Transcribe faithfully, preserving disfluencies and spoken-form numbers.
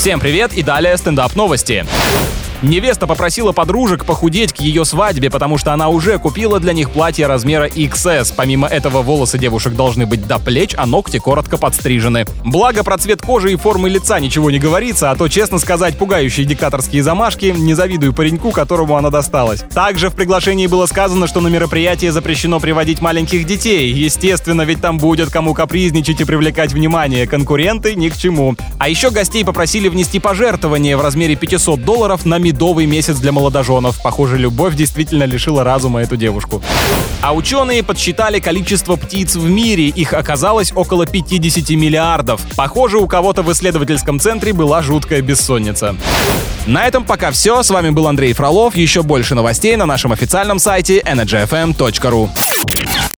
Всем привет и далее стендап-новости. Невеста попросила подружек похудеть к ее свадьбе, потому что она уже купила для них платье размера икс эс. Помимо этого, волосы девушек должны быть до плеч, а ногти коротко подстрижены. Благо, про цвет кожи и формы лица ничего не говорится, а то, честно сказать, пугающие диктаторские замашки, не завидую пареньку, которому она досталась. Также в приглашении было сказано, что на мероприятие запрещено приводить маленьких детей. Естественно, ведь там будет кому капризничать и привлекать внимание. Конкуренты ни к чему. А еще гостей попросили внести пожертвование в размере пятьсот долларов на медовый месяц для молодоженов. Похоже, любовь действительно лишила разума эту девушку. А ученые подсчитали количество птиц в мире. Их оказалось около пятьдесят миллиардов. Похоже, у кого-то в исследовательском центре была жуткая бессонница. На этом пока все. С вами был Андрей Фролов. Еще больше новостей на нашем официальном сайте энерджи эф эм точка ру.